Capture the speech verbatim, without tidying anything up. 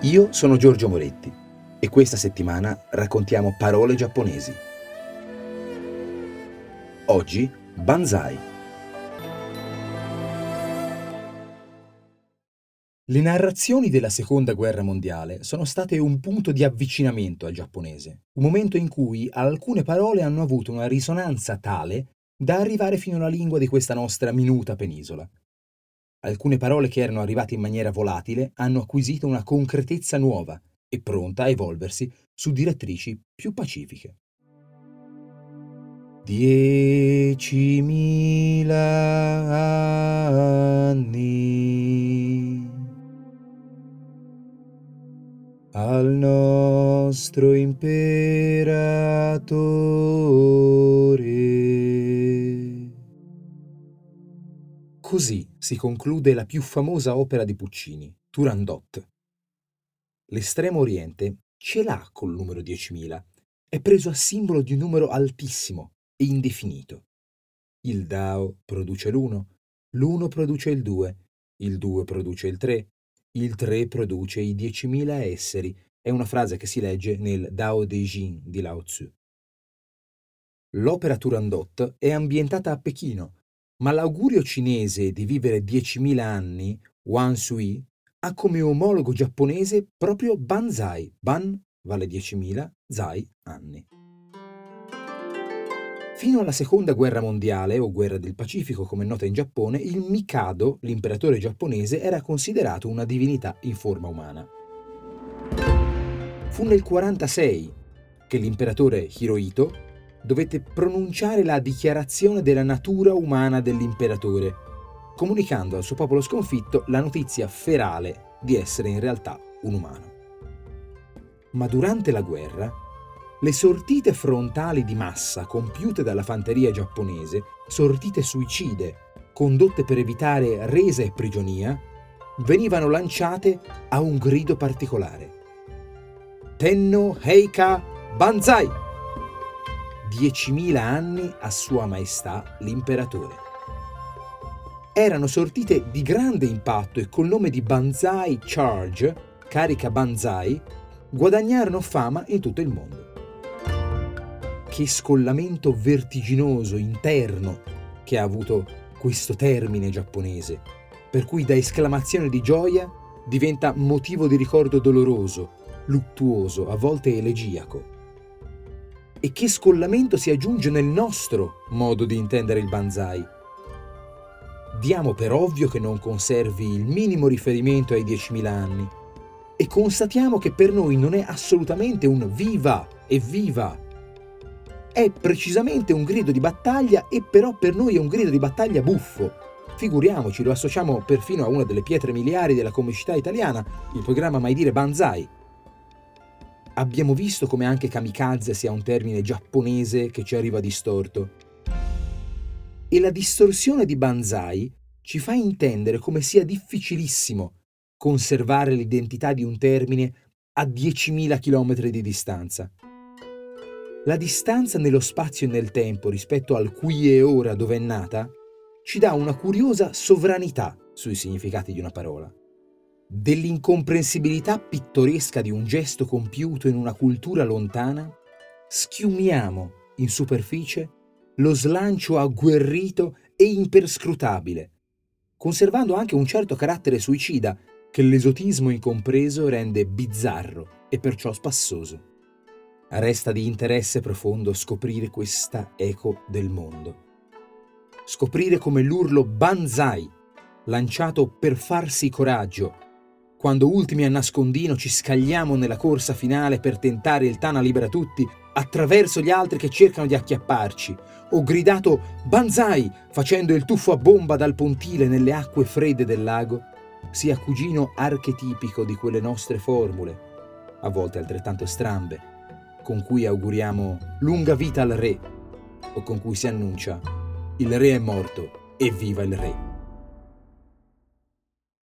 Io sono Giorgio Moretti e questa settimana raccontiamo parole giapponesi. Oggi, banzai. Le narrazioni della Seconda Guerra Mondiale sono state un punto di avvicinamento al giapponese, un momento in cui alcune parole hanno avuto una risonanza tale da arrivare fino alla lingua di questa nostra minuta penisola. Alcune parole che erano arrivate in maniera volatile hanno acquisito una concretezza nuova e pronta a evolversi su direttrici più pacifiche. Diecimila anni al nostro imperatore. Così si conclude la più famosa opera di Puccini, Turandot. L'estremo oriente ce l'ha col numero diecimila, è preso a simbolo di un numero altissimo e indefinito. Il Dao produce l'uno, l'uno produce il due, il due produce il tre, il tre produce i diecimila esseri. È una frase che si legge nel Dao De Jing di Lao Tzu. L'opera Turandot è ambientata a Pechino, ma l'augurio cinese di vivere diecimila anni, Wan Sui, ha come omologo giapponese proprio banzai. Ban vale diecimila, zai anni. Fino alla Seconda Guerra Mondiale, o Guerra del Pacifico come è nota in Giappone, il Mikado, l'imperatore giapponese, era considerato una divinità in forma umana. Fu nel quarantasei che l'imperatore Hirohito dovette pronunciare la dichiarazione della natura umana dell'imperatore, comunicando al suo popolo sconfitto la notizia ferale di essere in realtà un umano. Ma durante la guerra, le sortite frontali di massa compiute dalla fanteria giapponese, sortite suicide, condotte per evitare resa e prigionia, venivano lanciate a un grido particolare. Tenno Heika Banzai! Diecimila anni a Sua Maestà l'Imperatore. Erano sortite di grande impatto e col nome di Banzai Charge, carica Banzai, guadagnarono fama in tutto il mondo. Che scollamento vertiginoso interno che ha avuto questo termine giapponese, per cui da esclamazione di gioia diventa motivo di ricordo doloroso, luttuoso, a volte elegiaco. E che scollamento si aggiunge nel nostro modo di intendere il banzai. Diamo per ovvio che non conservi il minimo riferimento ai diecimila anni e constatiamo che per noi non è assolutamente un viva e viva. È precisamente un grido di battaglia e però per noi è un grido di battaglia buffo. Figuriamoci, lo associamo perfino a una delle pietre miliari della comicità italiana, il programma Mai Dire Banzai. Abbiamo visto come anche kamikaze sia un termine giapponese che ci arriva distorto. E la distorsione di banzai ci fa intendere come sia difficilissimo conservare l'identità di un termine a diecimila chilometri di distanza. La distanza nello spazio e nel tempo rispetto al qui e ora dove è nata ci dà una curiosa sovranità sui significati di una parola. Dell'incomprensibilità pittoresca di un gesto compiuto in una cultura lontana, schiumiamo in superficie lo slancio agguerrito e imperscrutabile, conservando anche un certo carattere suicida che l'esotismo incompreso rende bizzarro e perciò spassoso. Resta di interesse profondo scoprire questa eco del mondo. Scoprire come l'urlo banzai, lanciato per farsi coraggio, quando ultimi a nascondino ci scagliamo nella corsa finale per tentare il Tana libera tutti attraverso gli altri che cercano di acchiapparci, o gridato banzai facendo il tuffo a bomba dal pontile nelle acque fredde del lago, sia cugino archetipico di quelle nostre formule, a volte altrettanto strambe, con cui auguriamo lunga vita al re, o con cui si annuncia il re è morto e viva il re.